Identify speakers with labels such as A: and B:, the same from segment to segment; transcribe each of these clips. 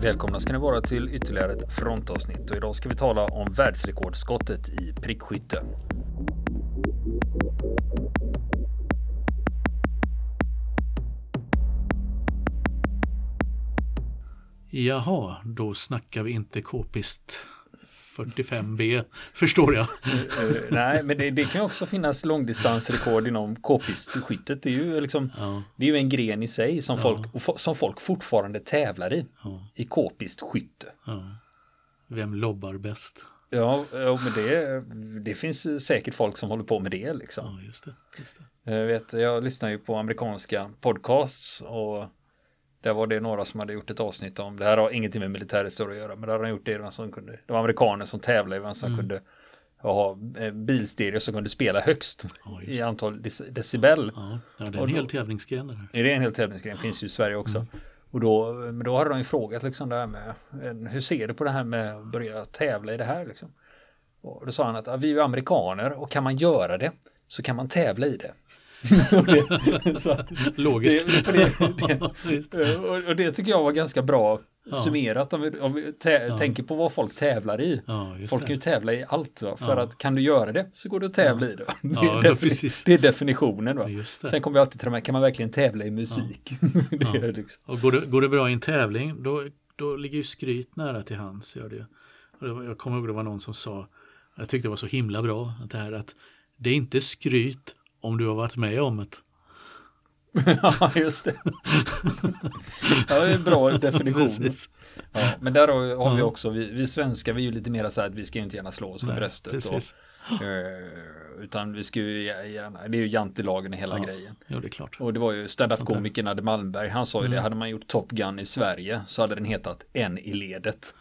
A: Välkomna ska ni vara till ytterligare ett frontavsnitt och idag ska vi tala om världsrekordskottet i prickskytte.
B: Jaha, då snackar vi inte k-pist 45B, förstår jag.
A: Nej, men det kan ju också finnas långdistansrekord inom k-pistskyttet. Det är ju liksom, det är ju en gren i sig som folk fortfarande tävlar i k-pistskytte.
B: Ja. Vem lobbar bäst?
A: Ja, men det finns säkert folk som håller på med det liksom.
B: Ja, just det.
A: Jag lyssnar ju på amerikanska podcasts och där var det några som hade gjort ett avsnitt om, det här har ingenting med militärhistoria att göra, men där har de gjort det var amerikaner som tävlade i vem som kunde ha bilstereo som kunde spela högst i antal decibel.
B: Ja, det är en hel tävlingsgren det här.
A: Det är en hel tävlingsgren, finns ju i Sverige också. Och då hade de ju frågat liksom det här med, hur ser du på det här med att börja tävla i det här liksom? Och då sa han att vi är ju amerikaner och kan man göra det så kan man tävla i det.
B: Logiskt.
A: Och det tycker jag var ganska bra summerat om vi tänker på vad folk tävlar i. Folk kan ju tävla i allt för att kan du göra det så går du att tävla i det. Det är definitionen. Va? Sen kommer vi alltid till de här, kan man verkligen tävla i musik? Liksom.
B: Och går det bra i en tävling då ligger ju skryt nära till hands. Gör det. Och jag kommer ihåg det var någon som sa, jag tyckte det var så himla bra att det är inte skryt om du har varit med om det.
A: Ja, just det. Ja, det är en bra definition. Ja, men där har vi också, vi svenskar, vi är ju lite mer så här att vi ska ju inte gärna slå oss för bröstet. Utan vi ska ju gärna, det är ju jantelagen i hela grejen.
B: Ja, det är klart.
A: Och det var ju stand-up-komikern Adde Malmberg, han sa ju det, hade man gjort Top Gun i Sverige så hade den hetat En i ledet.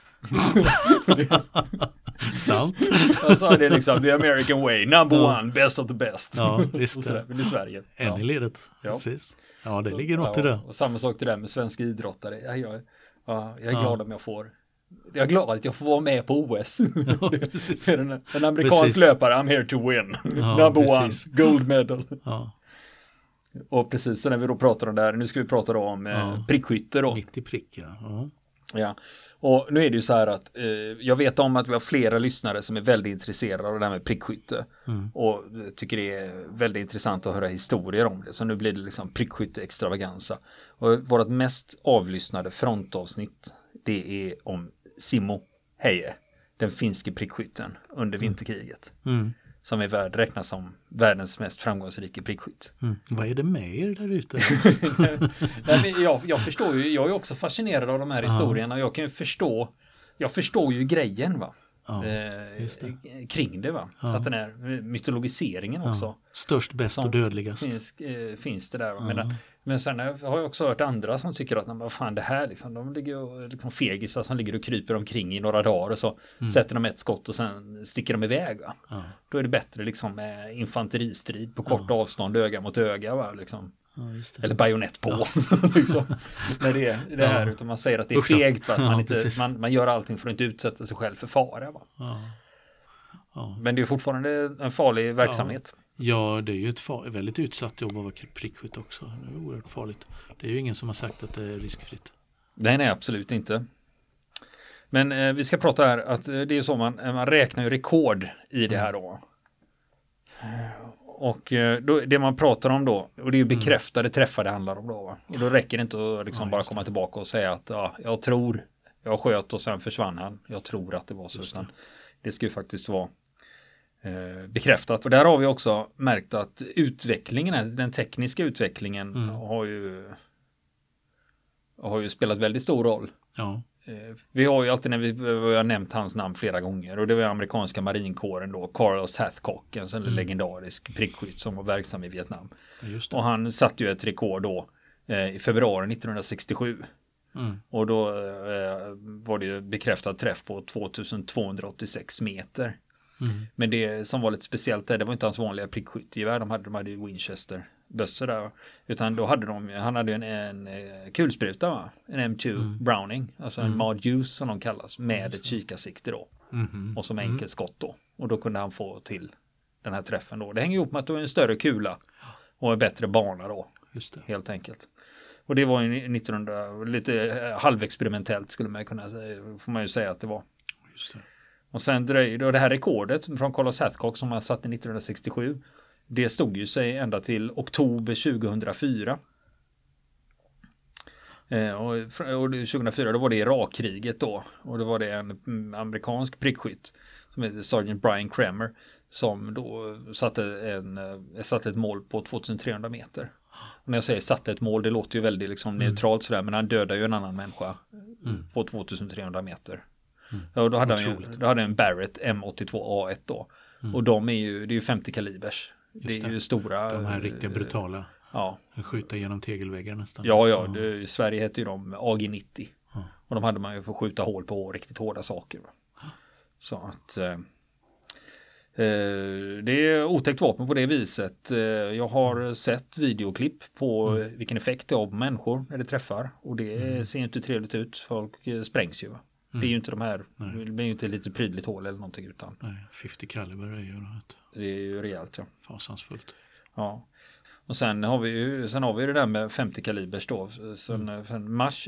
B: Sant.
A: Jag sa det liksom, the American way, number one, best of the best.
B: Ja, visst det.
A: Men i Sverige.
B: En i ledet, precis. Ja, det ligger något i det.
A: Och samma sak till det där med svenska idrottare. Jag är glad om jag får. Jag är glad att jag får vara med på OS. En amerikansk löpare, I'm here to win. Number one, gold medal.
B: Ja.
A: Och precis, så när vi då pratar om det här, nu ska vi prata då om prickskytte då.
B: Mitt i prick,
A: Ja. Och nu är det ju så här att jag vet om att vi har flera lyssnare som är väldigt intresserade av det här med prickskytte. Och tycker det är väldigt intressant att höra historier om det. Så nu blir det liksom prickskytte extravaganza. Och vårt mest avlyssnade frontavsnitt, det är om Simo Häyhä, den finske prickskytten under vinterkriget. Som är räknas som världens mest framgångsrika prickskytt.
B: Vad är det med er där ute?
A: Jag förstår ju, jag är också fascinerad av de här historierna. Jag kan ju jag förstår ju grejen va. Kring det va. Att den här mytologiseringen också.
B: Störst, bäst och dödligast.
A: Finns det där va. Men sen har jag också hört andra som tycker att vad fan det här liksom, de ligger och liksom fegisar som ligger och kryper omkring i några dagar och så sätter de ett skott och sen sticker de iväg va. Då är det bättre liksom med infanteristrid på kort avstånd, öga mot öga va liksom. Eller bajonett på liksom. När det är det här utan man säger att det är fegt va? Att man gör allting för att inte utsätta sig själv för fara va. Men det är fortfarande en farlig verksamhet.
B: Ja, det är ju ett väldigt utsatt jobb att vara prickskytt också. Det är oerhört farligt. Det är ju ingen som har sagt att det är riskfritt.
A: Nej, absolut inte. Men vi ska prata här att det är så man räknar ju rekord i det här då. Och det man pratar om då, och det är ju bekräftade träffar det handlar om då va? Och då räcker det inte att liksom bara komma tillbaka och säga att jag sköt och sen försvann han. Jag tror att det var så. Utan det ska ju faktiskt vara bekräftat. Och där har vi också märkt att den tekniska utvecklingen har ju spelat väldigt stor roll.
B: Ja.
A: Vi har ju alltid när vi har nämnt hans namn flera gånger och det var amerikanska marinkåren då, Carlos Hathcock, en legendarisk prickskytt som var verksam i Vietnam. Och han satte ju ett rekord då i februari 1967. Och då var det ju bekräftad träff på 2286 meter. Men det som var lite speciellt det var inte hans vanliga prickskyttegevär, de hade ju Winchester bössor där, utan då hade han hade en kulspruta va? En M2 Browning, alltså en Mod Use som de kallas, med ett kikarsikte då och som enkelt skott då, och då kunde han få till den här träffen då. Det hänger ihop med att det är en större kula och en bättre bana då, helt enkelt. Och det var ju 1900, lite halvexperimentellt skulle man kunna säga, får man ju säga att det var.
B: Just det.
A: Och sen dröjde, och det här rekordet från Carlos Hathcock som han satte 1967, det stod ju sig ända till oktober 2004. Och 2004 då var det Irakkriget då, och då var det en amerikansk prickskytt som heter Sergeant Brian Kramer som då satte ett mål på 2300 meter. Och när jag säger satte ett mål, det låter ju väldigt liksom neutralt sådär, men han dödade ju en annan människa på 2300 meter. Ja, och då hade han en Barrett M82A1 då. Och det är ju 50 kalibers. Det är ju stora.
B: De här riktiga brutala.
A: Ja.
B: Skjuta genom tegelväggar nästan.
A: Ja. I Sverige heter ju de AG90. Ja. Och de hade man ju för att skjuta hål på riktigt hårda saker. Så att det är otäckt vapen på det viset. Jag har sett videoklipp på vilken effekt det har på människor när det träffar. Och det ser inte trevligt ut. Folk sprängs ju. Det är ju inte de här, det blir ju inte ett lite prydligt hål eller någonting utan.
B: Nej, 50 kaliber är ju något.
A: Det är ju rejält, ja.
B: Fasansfullt.
A: Ja. Och sen har vi ju det där med 50 kalibers då. Sen mars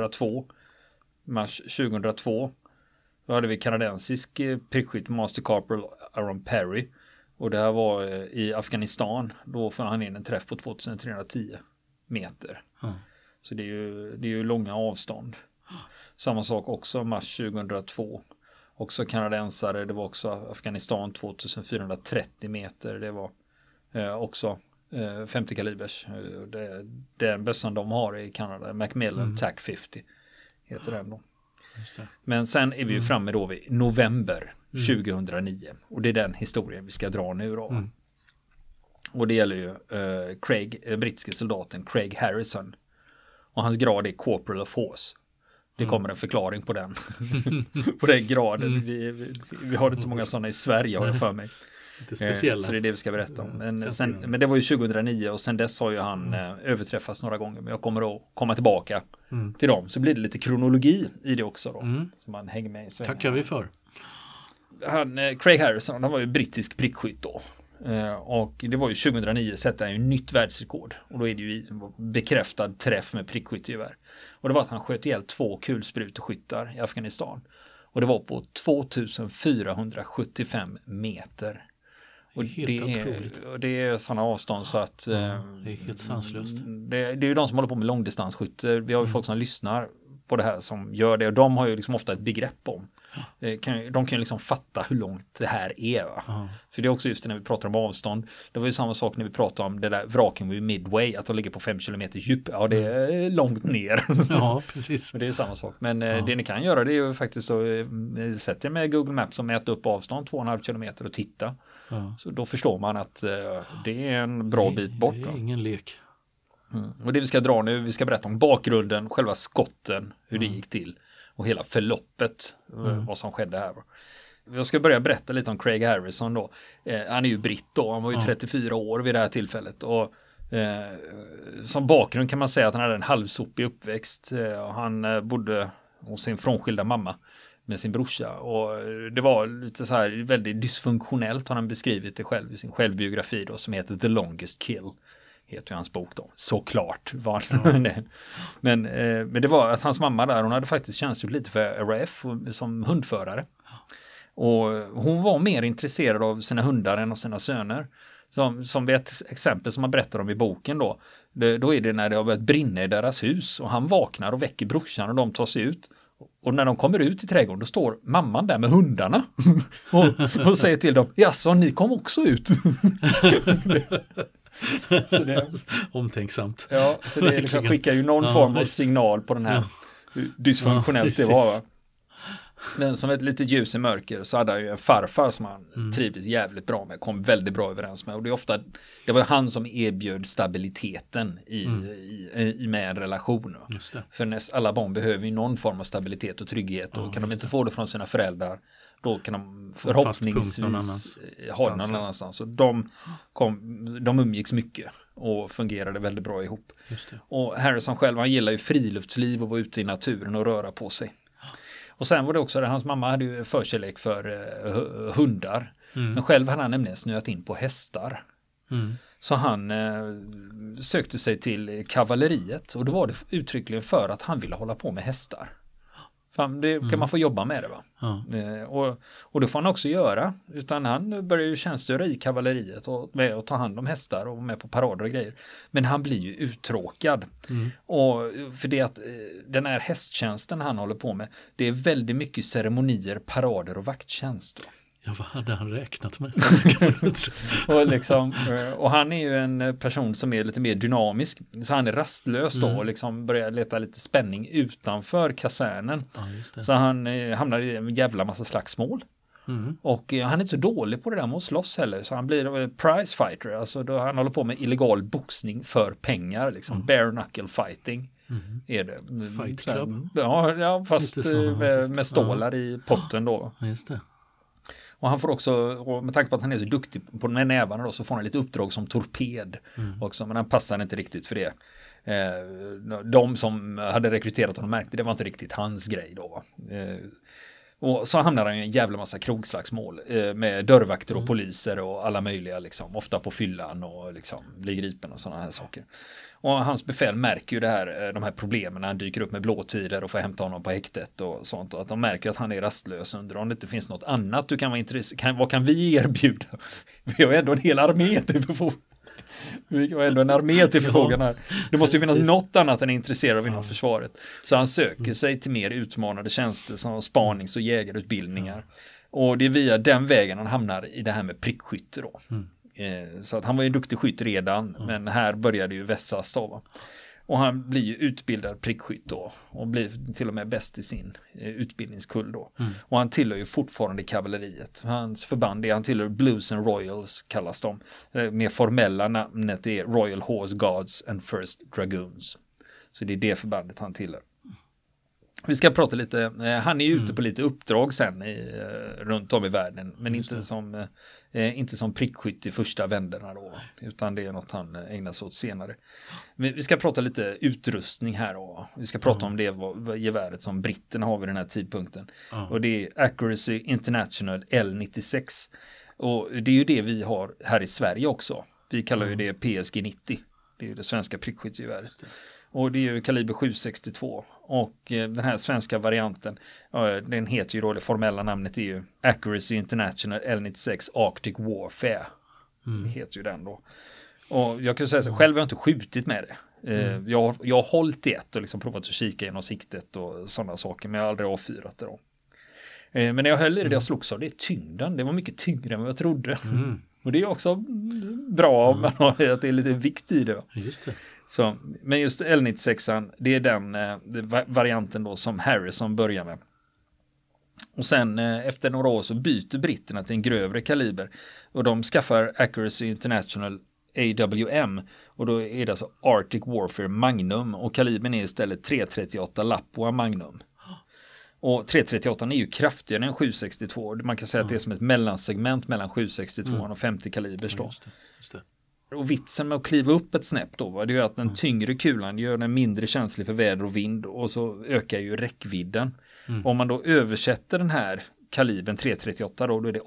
A: 2002 då hade vi kanadensisk prickskytt Master Corporal Aaron Perry. Och det här var i Afghanistan. Då får han in en träff på 2310 meter. Så det är ju långa avstånd. Samma sak också mars 2002. Också kanadensare. Det var också Afghanistan 2430 meter. Det var också 50 kalibers. Den bössan de har i Kanada. Macmillan TAC 50 heter den då. Men sen är vi ju framme då vid november 2009. Och det är den historien vi ska dra nu då. Och det gäller ju brittiska soldaten Craig Harrison. Och hans grad är Corporal of Horse. Det kommer en förklaring på den. På den graden. Vi har inte så många sådana i Sverige har jag för mig.
B: Lite speciella.
A: Så det är det vi ska berätta om. Men det var ju 2009 och sen dess har ju han överträffats några gånger. Men jag kommer att komma tillbaka till dem. Så blir det lite kronologi i det också då. Så man hänger med i Sverige.
B: Tackar vi för.
A: Craig Harrison, han var ju brittisk prickskytt då. Och det var ju 2009 sätter han ju nytt världsrekord. Och då är det ju bekräftad träff med prickskyttegevär. Och det var att han sköt ihjäl 2 kulspruteskyttar i Afghanistan. Och det var på 2475 meter. Och det är sådana avstånd så att
B: det är helt sanslöst.
A: Det är ju de som håller på med långdistansskytte. Vi har ju folk som lyssnar på det här som gör det. Och de har ju liksom ofta ett begrepp om. De kan ju liksom fatta hur långt det här är. Va? För det är också just det när vi pratar om avstånd. Det var ju samma sak när vi pratade om det där vraken vid Midway. Att de ligger på 5 kilometer djup. Ja, det är långt ner.
B: Ja, precis.
A: Och det är samma sak. Men det ni kan göra det är ju faktiskt så. Sätt er med Google Maps och mäta upp avstånd 2,5 kilometer och titta. Så då förstår man att det är en bra bit bort.
B: Det är ingen lek.
A: Och det vi ska dra nu, vi ska berätta om bakgrunden, själva skotten, hur det gick till. Och hela förloppet, vad som skedde här. Jag ska börja berätta lite om Craig Harrison då. Han är ju britt då, han var ju 34 år vid det här tillfället. Och som bakgrund kan man säga att han hade en halvsopig uppväxt. Han bodde hos sin frånskilda mamma med sin brorsa. Och det var lite så här väldigt dysfunktionellt har han beskrivit det själv i sin självbiografi då, som heter The Longest Kill. Heter ju hans bok då. Såklart var men det var att hans mamma där, hon hade faktiskt tjänstgjort lite för RAF som hundförare. Och hon var mer intresserad av sina hundar än av sina söner. Som vid ett exempel som man berättar om i boken då. Då är det när det har börjat brinna i deras hus. Och han vaknar och väcker brorsan och de tar sig ut. Och när de kommer ut i trädgården då står mamman där med hundarna. och säger till dem, jaså ni kom också ut.
B: Så det, omtänksamt.
A: Ja, så det liksom skickar ju någon form av signal på den här dysfunktionellt det var. Men som ett litet ljus i mörker så hade han ju en farfar som han trivdes jävligt bra med, kom väldigt bra överens med. Och det var han som erbjöd stabiliteten med en relation. För alla barn behöver ju någon form av stabilitet och trygghet. Och kan de inte få det från sina föräldrar, då kan de förhoppningsvis ha det någon annanstans. Och de umgicks mycket och fungerade väldigt bra ihop. Och Harrison själv, han gillar ju friluftsliv och var ute i naturen och röra på sig. Och sen var det också att hans mamma hade ju förkärlek för hundar. Men själv hade han nämligen snöat in på hästar. Så han sökte sig till kavalleriet och då var det uttryckligen för att han ville hålla på med hästar. Det kan man få jobba med det va. Och det får han också göra. Utan han börjar ju tjänstgöra i kavalleriet och med att ta hand om hästar och med på parader och grejer. Men han blir ju uttråkad. Och för det att den här hästtjänsten han håller på med, det är väldigt mycket ceremonier, parader och vakttjänst.
B: Ja, vad hade han räknat med?
A: och han är ju en person som är lite mer dynamisk. Så han är rastlös då och liksom börjar leta lite spänning utanför kasernen.
B: Ja,
A: så han hamnar i en jävla massa slagsmål. Och han är inte så dålig på det där med att slåss heller. Så han blir prize fighter. Alltså då han håller på med illegal boxning för pengar. Liksom bare knuckle fighting. Är det.
B: Fight club.
A: Ja, fast med stålar i potten då.
B: Ja, just det.
A: Och han får också, och med tanke på att han är så duktig på de här nävarna då, så får han lite uppdrag som torped också, men han passar inte riktigt för det. De som hade rekryterat honom märkte det var inte riktigt hans grej då. Och så hamnar han i en jävla massa krogslagsmål med dörrvakter och poliser och alla möjliga liksom, ofta på fyllan och liksom blir gripen och sådana här saker. Och hans befäl märker ju de här problemen när han dyker upp med blåtider och får hämta honom på häktet och sånt. Och att de märker att han är rastlös, under om det inte finns något annat du kan vara intresserad. Vad kan vi erbjuda? Vi har ändå en hel armé till förfogande. Vi har ändå en armé till förfogande här. Det måste ju finnas något annat än intresserad av inom försvaret. Så han söker sig till mer utmanande tjänster som spanings- och jägarutbildningar. Och det är via den vägen han hamnar i det här med prickskytte då. Så att han var ju en duktig skytt redan, men här började ju vässas då va? Och han blir ju utbildad prickskytt då och blir till och med bäst i sin utbildningskull då. Och han tillhör ju fortfarande kavalleriet. Hans förband är, han tillhör Blues and Royals kallas de. Mer formella namnet är Royal Horse Guards and First Dragoons. Så det är det förbandet han tillhör. Vi ska prata lite, han är ju ute på lite uppdrag sen runt om i världen, men inte som prickskytt i första vänderna då, utan det är något han ägnar sig åt senare. Vi ska prata lite utrustning här då. Vi ska prata om det geväret som britterna har vid den här tidpunkten. Och det är Accuracy International L96. Och det är ju det vi har här i Sverige också. Vi kallar ju det PSG 90. Det är ju det svenska prickskyttegeväret. Och det är ju kaliber 762. Och den här svenska varianten, den heter ju då, det formella namnet är ju Accuracy International L96 Arctic Warfare. Det heter ju den då. Och jag kan säga så, själv har jag inte skjutit med det. Jag har hållit det och liksom provat att kika genom siktet och sådana saker, men jag har aldrig avfyrat det då. Men när jag höll i det jag slogs av, det är tyngden. Det var mycket tyngre än vad jag trodde. Och det är också bra om man har att det är lite vikt i det. Va?
B: Just det.
A: Så, men just L96, det är den varianten då som Harrison börjar med. Och sen efter några år så byter britterna till en grövre kaliber. Och de skaffar Accuracy International AWM. Och då är det alltså Arctic Warfare Magnum. Och kalibern är istället 338 Lapua Magnum. Och 338 är ju kraftigare än 762. Man kan säga att det är som ett mellansegment mellan 762 och 50 kalibers då.
B: Just det.
A: Och vitsen med att kliva upp ett snäpp då, det är ju att den tyngre kulan gör den mindre känslig för väder och vind, och så ökar ju räckvidden. Om man då översätter den här kalibern 338 då är det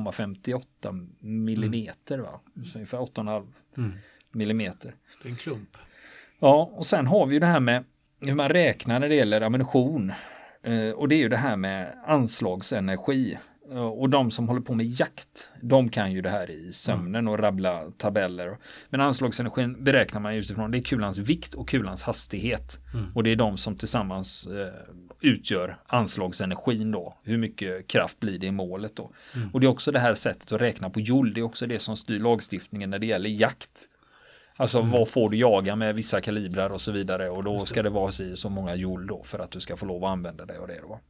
A: 8,58 millimeter va? Så ungefär 8,5 millimeter.
B: Det är en klump.
A: Ja, och sen har vi ju det här med hur man räknar när det gäller ammunition. Och det är ju det här med anslagsenergi. Och de som håller på med jakt, de kan ju det här i sömnen och rabbla tabeller. Men anslagsenergin beräknar man utifrån, det är kulans vikt och kulans hastighet. Och det är de som tillsammans utgör anslagsenergin då. Hur mycket kraft blir det i målet då. Och det är också det här sättet att räkna på joule, det är också det som styr lagstiftningen när det gäller jakt. Alltså vad får du jaga med vissa kalibrar och så vidare, och då ska det vara så många joule då för att du ska få lov att använda det och det då.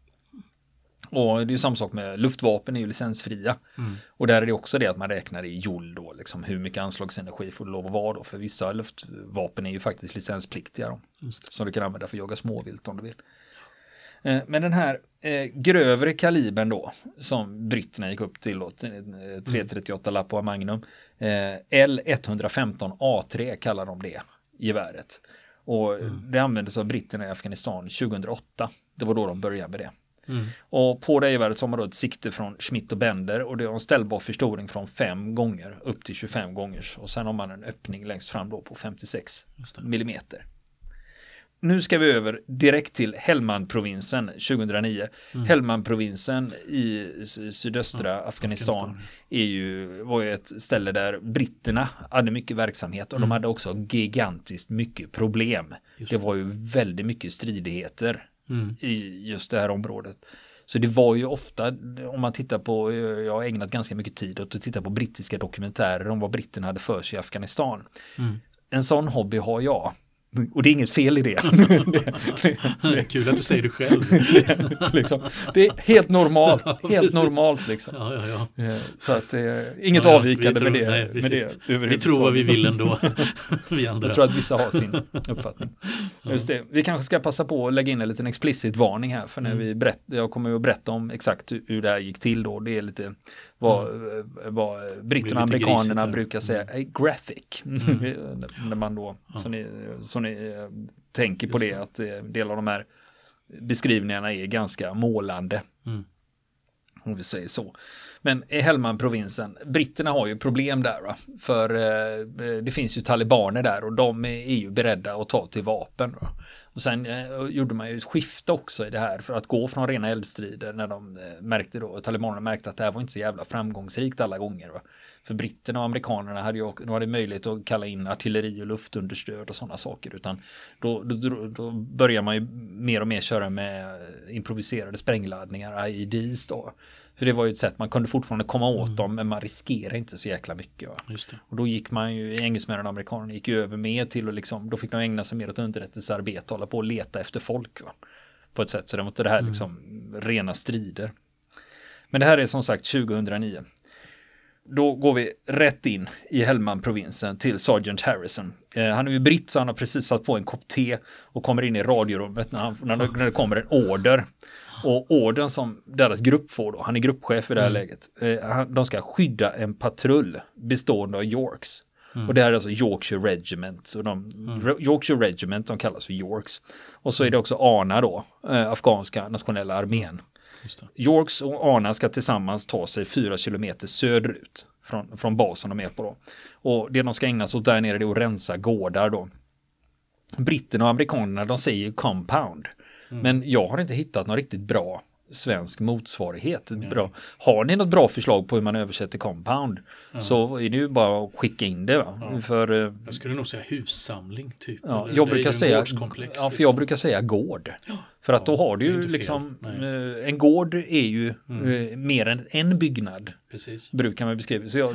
A: Och det är ju samma sak med luftvapen, är ju licensfria. Och där är det också det att man räknar i joule då, liksom hur mycket anslagsenergi får du lov att vara då. För vissa luftvapen är ju faktiskt licenspliktiga då. Som du kan använda för att jaga småvilt om du vill. Men den här grövre kalibern då, som britterna gick upp till då, 338 Lapua Magnum, L115A3 kallar de det geväret. Och det användes av britterna i Afghanistan 2008. Det var då de började med det. Och på det geväret så har man då ett sikte från Schmidt och Bender och det har en ställbar förstoring från 5 gånger upp till 25 gånger. Och sen har man en öppning längst fram då på 56 millimeter. Nu ska vi över direkt till Helmand-provinsen 2009. Helmand-provinsen i sydöstra Afghanistan var ju ett ställe där britterna hade mycket verksamhet och de hade också gigantiskt mycket problem. Det var ju väldigt mycket stridigheter i just det här området. Så det var ju ofta, om man tittar på, jag har ägnat ganska mycket tid åt att titta på brittiska dokumentärer om vad britterna hade för sig i Afghanistan. En sån hobby har jag. Och det är inget fel i det.
B: Kul att du säger det själv.
A: Liksom. Det är helt normalt. Helt normalt liksom.
B: Ja.
A: Så att inget avvikande med det.
B: Nej,
A: med det
B: vi tror vad vi vill ändå. Vi andra.
A: Jag tror att vissa har sin uppfattning. Just det. Vi kanske ska passa på att lägga in en liten explicit varning här. För när jag kommer att berätta om exakt hur det här gick till då. Det är lite vad britterna och amerikanerna brukar säga graphic. När man då så ni tänker på det att del av de här beskrivningarna är ganska målande. Om vi säger så. Men i Helmand-provinsen, britterna har ju problem där va? För det finns ju talibaner där och de är ju beredda att ta till vapen. Va? Och sen gjorde man ju ett skifte också i det här för att gå från rena eldstrider när de märkte då, talibanerna märkte att det här var inte så jävla framgångsrikt alla gånger. Va? För britterna och amerikanerna hade möjlighet att kalla in artilleri och luftunderstöd och sådana saker. Utan då börjar man ju mer och mer köra med improviserade sprängladdningar, IEDs då. För det var ju ett sätt, man kunde fortfarande komma åt dem men man riskerar inte så jäkla mycket. Va?
B: Just det.
A: Och då gick man ju, engelsmännen och amerikanerna gick ju över mer till att liksom, då fick de ägna sig mer åt underrättelsearbete och hålla på och leta efter folk. Va? På ett sätt, så det var inte det här liksom rena strider. Men det här är som sagt 2009. Då går vi rätt in i Helmand-provinsen till Sergeant Harrison. Han är ju britt så han har precis satt på en kopp te och kommer in i radiorummet när det kommer en order. Och ordern som deras grupp får då, han är gruppchef i det här läget. De ska skydda en patrull bestående av Yorks. Och det här är alltså Yorkshire Regiment. Och Yorkshire Regiment, de kallas för Yorks. Och så är det också ANA då, afghanska nationella armén. Yorks och ANA ska tillsammans ta sig 4 kilometer söderut från basen de är på då. Och det de ska ägna sig åt där nere är att rensa gårdar då. Britterna och amerikanerna, de säger compound. Men jag har inte hittat någon riktigt bra svensk motsvarighet. Bra. Har ni något bra förslag på hur man översätter compound så är det ju bara att skicka in det. Va?
B: Ja.
A: För,
B: jag skulle nog säga hussamling typ.
A: Ja, jag brukar säga gård. Ja. För att då har du ju liksom en gård är ju mer än en byggnad. Precis. Brukar man beskriva. Så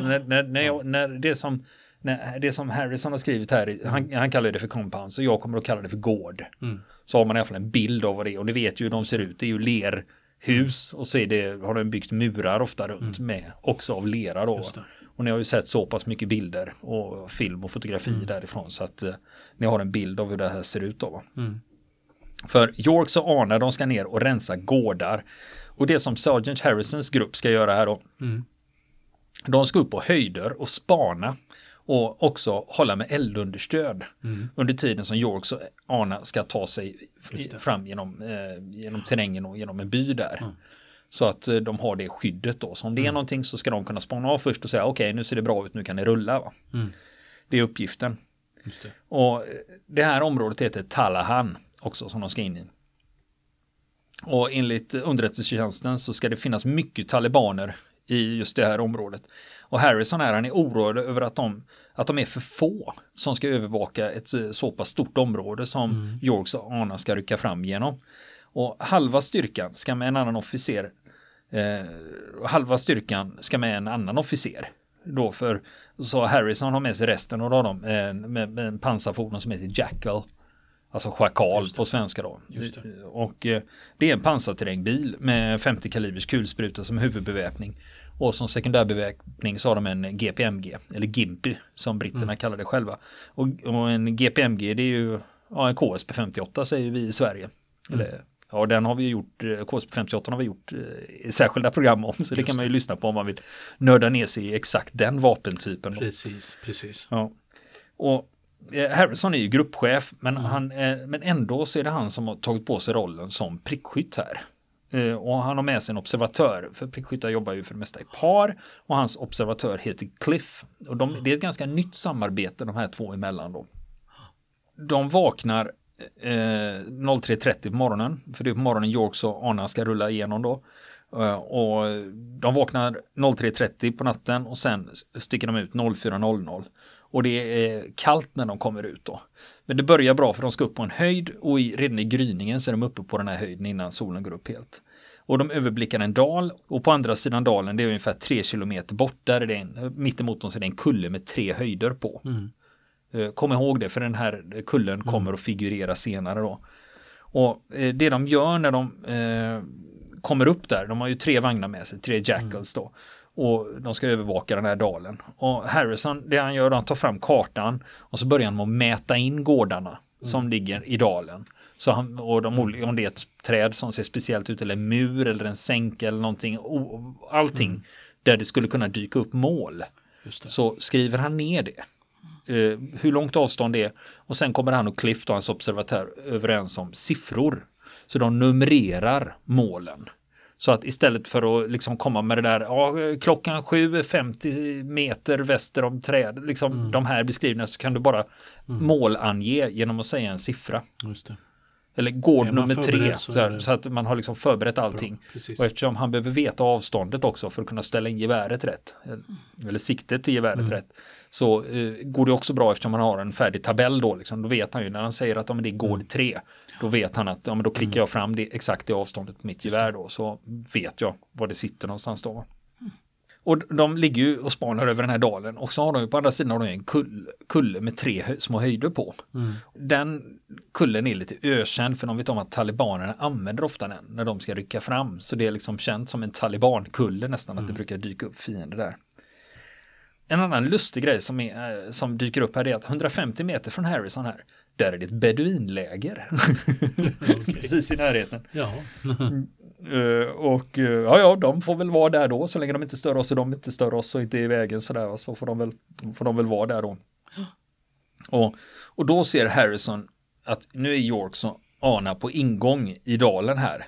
A: när det som Harrison har skrivit här, han kallar det för compound, så jag kommer att kalla det för gård. Så har man i alla fall en bild av vad det är. Och ni vet ju hur de ser ut. Det är ju lerhus och så har de byggt murar ofta runt med. Också av lera då. Och ni har ju sett så pass mycket bilder och film och fotografi därifrån. Så att ni har en bild av hur det här ser ut då. För Yorks och ANA, de ska ner och rensa gårdar. Och det som Sergeant Harrisons grupp ska göra här då. De ska upp på höjder och spana. Och också hålla med eldunderstöd under tiden som Yorks och ANA ska ta sig fram genom terrängen och genom en by där. Så att de har det skyddet då. Så om det är någonting så ska de kunna spana av först och säga okej, nu ser det bra ut, nu kan det rulla. Va? Det är uppgiften. Just det. Och det här området heter Talahan också som de ska in i. Och enligt underrättelsetjänsten så ska det finnas mycket talibaner i just det här området. Och Harrison han är oroad över att de är för få som ska övervaka ett så pass stort område som Yorks och ANA ska rycka fram genom. Och halva styrkan ska med en annan officer då för så Harrison har med sig resten av dem med en pansarfordon som heter Jackal. Alltså schakal på svenska då. Och det är en pansarterrängbil med 50 kalibers kulspruta som huvudbeväpning. Och som sekundärbeväpning så har de en GPMG, eller Gimpy som britterna kallar det själva. Och en GPMG det är ju en KSP-58 säger vi i Sverige. Eller, den har vi gjort, KSP-58 har vi gjort särskilda program om. Så det kan man ju lyssna på om man vill nörda ner sig i exakt den vapentypen. Då.
B: Precis.
A: Ja. Och Harrison är ju gruppchef men ändå så är det han som har tagit på sig rollen som prickskytt här. Och han har med sig en observatör, för prickskyttar jobbar ju för det mesta i par, och hans observatör heter Cliff. Och det är ett ganska nytt samarbete de här två emellan då. De vaknar 03.30 på morgonen, för det är på morgonen Yorks och Anna ska rulla igenom då. Och de vaknar 03.30 på natten och sen sticker de ut 04.00. Och det är kallt när de kommer ut då. Men det börjar bra för de ska upp på en höjd och redan i gryningen så är de uppe på den här höjden innan solen går upp helt. Och de överblickar en dal och på andra sidan dalen, det är ungefär 3 kilometer bort, där är det mittemot dem så är det en kulle med 3 höjder på. Kom ihåg det, för den här kullen kommer att figurera senare då. Och det de gör när de kommer upp där, de har ju 3 vagnar med sig, 3 Jackals då. Och de ska övervaka den här dalen. Och Harrison, det han gör, han tar fram kartan och så börjar han med att mäta in gårdarna som ligger i dalen. Så om det är ett träd som ser speciellt ut, eller en mur eller en sänk eller någonting, allting där det skulle kunna dyka upp mål. Så skriver han ner det. Hur långt avstånd det är. Och sen kommer han och Cliff och hans observatör överens om siffror. Så de numrerar målen. Så att istället för att liksom komma med det där, klockan 7:50 meter väster om träd, liksom de här beskrivningarna, så kan du bara målange genom att säga en siffra.
B: Just det.
A: Eller gård nummer 3, så att man har liksom förberett allting. Och eftersom han behöver veta avståndet också för att kunna ställa in geväret rätt, eller siktet till geväret rätt, så går det också bra eftersom man har en färdig tabell då. Liksom. Då vet han ju när han säger att det är gård 3, då vet han att då klickar jag fram exakt det avståndet på mitt gevär då, så vet jag var det sitter någonstans då. Och de ligger ju och spanar över den här dalen. Och så har de ju på andra sidan en kulle med 3 små höjder på. Den kullen är lite ökänd, för de vet om att talibanerna använder ofta den när de ska rycka fram. Så det är liksom känt som en talibankulle nästan, att det brukar dyka upp fiender där. En annan lustig grej som dyker upp här är att 150 meter från Harrison här, där är det ett beduinläger. Precis i närheten.
B: Ja.
A: Och de får väl vara där då, så länge de inte stör oss och de inte stör oss och inte är i vägen sådär, och så får de väl vara där då. Och då ser Harrison att nu är Yorks och Anna på ingång i dalen här.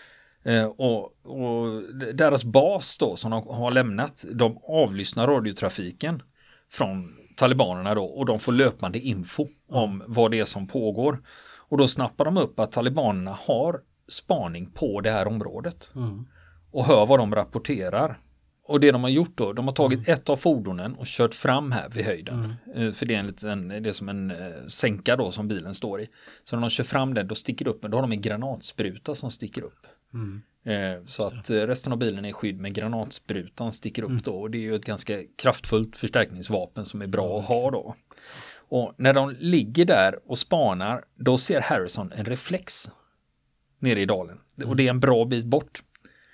A: Och deras bas då som de har lämnat, de avlyssnar radiotrafiken från talibanerna då, och de får löpande info om vad det är som pågår. Och då snappar de upp att talibanerna har spaning på det här området och hör vad de rapporterar. Och det de har gjort då, de har tagit ett av fordonen och kört fram här vid höjden. För det är som en sänka då som bilen står i. Så när de kör fram den, då sticker det upp, men då har de en granatspruta som sticker upp. Så att resten av bilen är i skydd, med granatsprutan sticker upp då. Och det är ju ett ganska kraftfullt förstärkningsvapen som är bra att ha då. Och när de ligger där och spanar, då ser Harrison en reflex nere i dalen. Och det är en bra bit bort.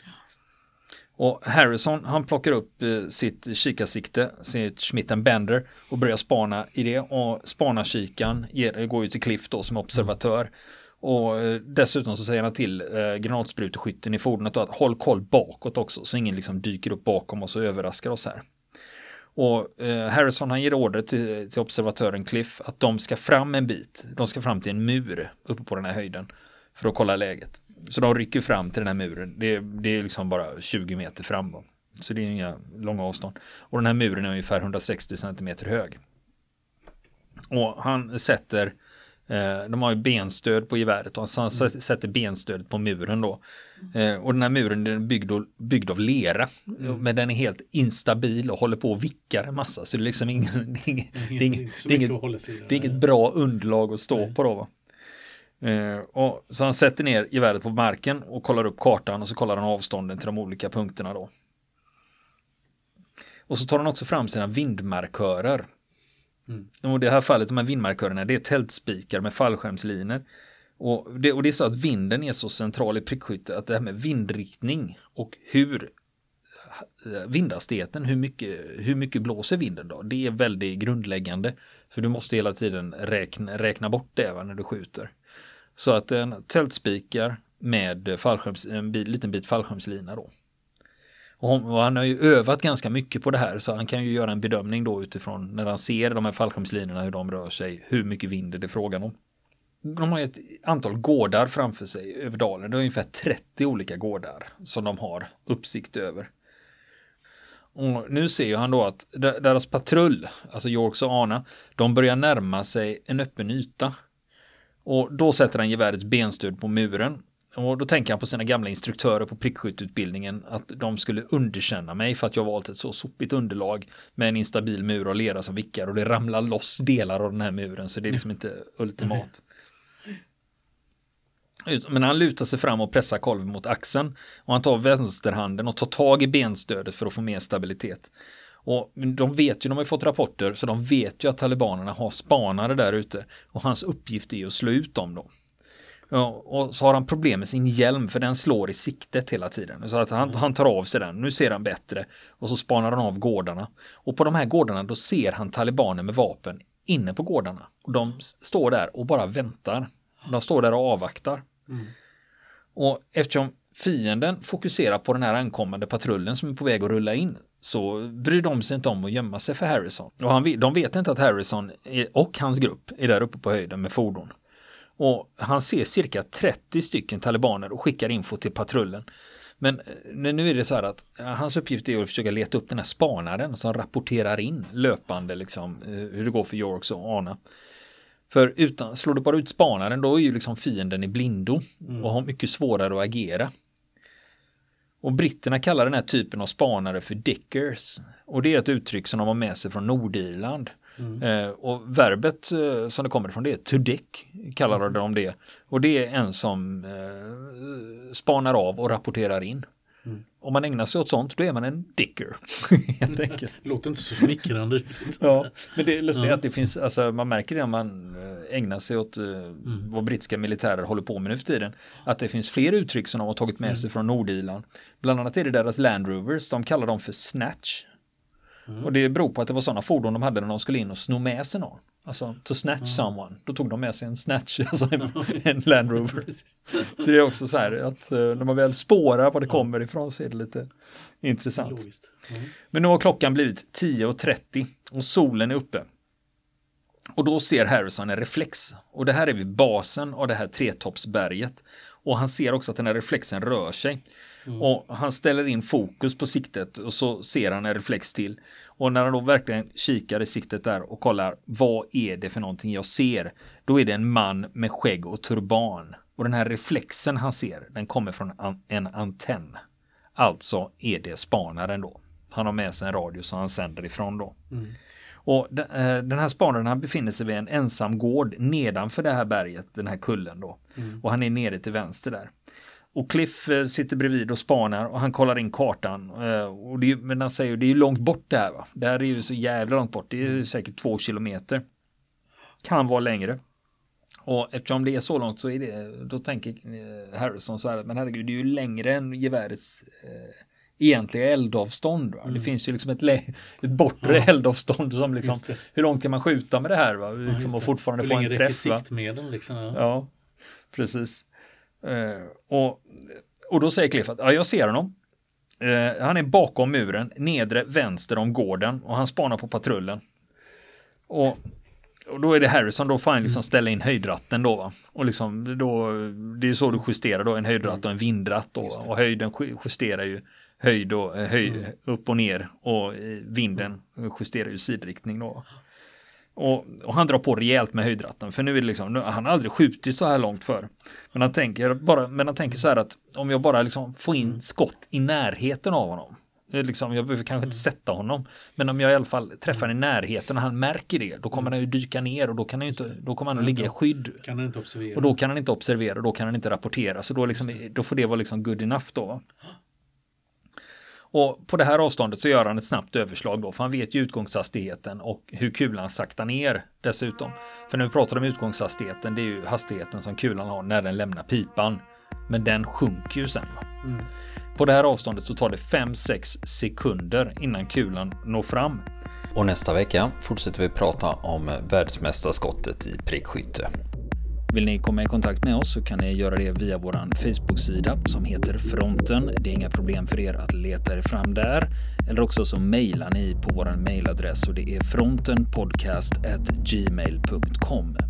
A: Och Harrison, han plockar upp sitt kikarsikte, sitt Smith & Bender, och börjar spana i det. Och spanarkikan går ju till Cliff då som observatör. Och dessutom så säger han till granatspruteskytten i fordonet att håll koll bakåt också, så ingen liksom dyker upp bakom oss och överraskar oss här. Och Harrison, han ger order till observatören Cliff att de ska fram en bit. De ska fram till en mur uppe på den här höjden för att kolla läget. Så de rycker fram till den här muren. Det är liksom bara 20 meter fram då. Så det är inga långa avstånd. Och den här muren är ungefär 160 centimeter hög. Och han sätter, de har ju benstöd på geväret, och han sätter benstödet på muren då. Och den här muren är byggd av lera. Men den är helt instabil och håller på att vicka en massa. Så det är liksom inget bra underlag att stå på då, va? Och så han sätter ner geväret på marken och kollar upp kartan, och så kollar han avstånden till de olika punkterna då. Och så tar han också fram sina vindmarkörer. Och i det här fallet, de här vindmarkörerna, det är tältspikar med fallskärmslinor. Och det är så att vinden är så central i prickskytte, att det här med vindriktning och hur vindhastigheten, hur mycket blåser vinden då, det är väldigt grundläggande. För du måste hela tiden räkna bort det när du skjuter. Så att en tältspikar med en liten bit fallskärmslina då. Och han har ju övat ganska mycket på det här, så han kan ju göra en bedömning då utifrån när han ser de här fallskärmslinorna, hur de rör sig, hur mycket vind är det frågan om. de har ett antal gårdar framför sig över dalen. Det är ungefär 30 olika gårdar som de har uppsikt över. Och nu ser ju han då att deras patrull, alltså Yorks och Anna, de börjar närma sig en öppen yta. Och då sätter han gevärets benstöd på muren. Och då tänker han på sina gamla instruktörer på prickskytteutbildningen att de skulle underkänna mig för att jag valt ett så sopigt underlag med en instabil mur och lera som vickar och det ramlar loss delar av den här muren så det är liksom inte ultimat. Men han lutar sig fram och pressar kolven mot axeln och han tar vänsterhanden och tar tag i benstödet för att få mer stabilitet. Och de vet ju, de har ju fått rapporter så de vet ju att talibanerna har spanare där ute och hans uppgift är att slå ut dem då. Ja, och så har han problem med sin hjälm för den slår i siktet hela tiden. Så att han tar av sig den. Nu ser han bättre. Och så spanar han av gårdarna. Och på de här gårdarna då ser han talibaner med vapen inne på gårdarna. Och de står där och bara väntar. De står där och avvaktar. Och eftersom fienden fokuserar på den här ankommande patrullen som är på väg att rulla in så bryr de sig inte om att gömma sig för Harrison. Och de vet inte att Harrison och hans grupp är där uppe på höjden med fordon. Och han ser cirka 30 stycken talibaner och skickar info till patrullen. Men nu är det så här att hans uppgift är att försöka leta upp den här spanaren som rapporterar in löpande liksom, hur det går för Yorks och Anna. För slår du bara ut spanaren då är ju liksom fienden i blindo och har mycket svårare att agera. Och britterna kallar den här typen av spanare för dickers. Och det är ett uttryck som de har med sig från Nordirland. Och verbet som det kommer ifrån det är to dick, kallar de det. Och det är en som spanar av och rapporterar in. Om man ägnar sig åt sånt då är man en dicker. Helt enkelt.
B: Låter inte så smickrande.
A: Ja, men det är lustigt att det finns, alltså man märker det om man ägnar sig åt vad brittiska militärer håller på med nu för tiden. Att det finns fler uttryck som de har tagit med sig från Nordirland. Bland annat är det deras Land Rovers, de kallar dem för snatch. Och det beror på att det var sådana fordon de hade när de skulle in och sno med sig någon. Alltså, to snatch someone. Då tog de med sig en snatch, alltså en Land Rover. Så det är också så här att när man väl spårar var det kommer ifrån så är det lite intressant. Men nu har klockan blivit 10:30 och solen är uppe. Och då ser Harrison en reflex. Och det här är vid basen av det här tretoppsberget. Och han ser också att den här reflexen rör sig. Och han ställer in fokus på siktet och så ser han en reflex till. Och när han då verkligen kikar i siktet där och kollar vad är det för någonting jag ser, då är det en man med skägg och turban. Och den här reflexen han ser, den kommer från en antenn. Alltså är det spanaren då. Han har med sig en radio som han sänder ifrån då. Och den här spanaren han befinner sig vid en ensam gård nedanför det här berget, den här kullen då. Och han är nere till vänster där. Och Cliff sitter bredvid och spanar och han kollar in kartan. Och men han säger det är ju långt bort det här va. Det här är ju så jävla långt bort. Det är ju säkert 2 kilometer. Kan vara längre. Och eftersom det är så långt så är det, då tänker Harrison så här, men herregud det är ju längre än gevärets egentliga eldavstånd va? Det finns ju liksom ett bortre eldavstånd som liksom, hur långt kan man skjuta med det här va? Liksom, och fortfarande få en träff va?
B: Liksom,
A: ja, precis. Och då säger Cliff att jag ser honom. Han är bakom muren, nedre vänster om gården och han spanar på patrullen. Och då är det Harrison då får han liksom ställa in höjdratten då va. Och liksom då, det är så du justerar då en höjdratt och en vindratt då. Och höjden justerar ju höjd och upp och ner och vinden justerar ju sidriktning då. Och han drar på rejält med höjdratten för nu är det liksom, han har aldrig skjutit så här långt för. Men han tänker så här att om jag bara liksom får in skott i närheten av honom. Liksom, jag behöver kanske inte sätta honom. Men om jag i alla fall träffar i närheten och han märker det, då kommer han ju dyka ner och då kommer han att ligga i skydd.
B: Kan han inte observera.
A: Och då kan han inte observera och då kan han inte rapportera. Så då får det vara liksom good enough då. Och på det här avståndet så gör han ett snabbt överslag då, för han vet ju utgångshastigheten och hur kulan saktar ner dessutom. För när vi pratar om utgångshastigheten, det är ju hastigheten som kulan har när den lämnar pipan. Men den sjunker ju sen. På det här avståndet så tar det 5-6 sekunder innan kulan når fram.
C: Och nästa vecka fortsätter vi prata om världsmästarskottet i prickskytte.
A: Vill ni komma i kontakt med oss så kan ni göra det via våran Facebook-sida som heter Fronten. Det är inga problem för er att leta er fram där. Eller också så mejlar ni på våran mejladress och det är frontenpodcast@gmail.com.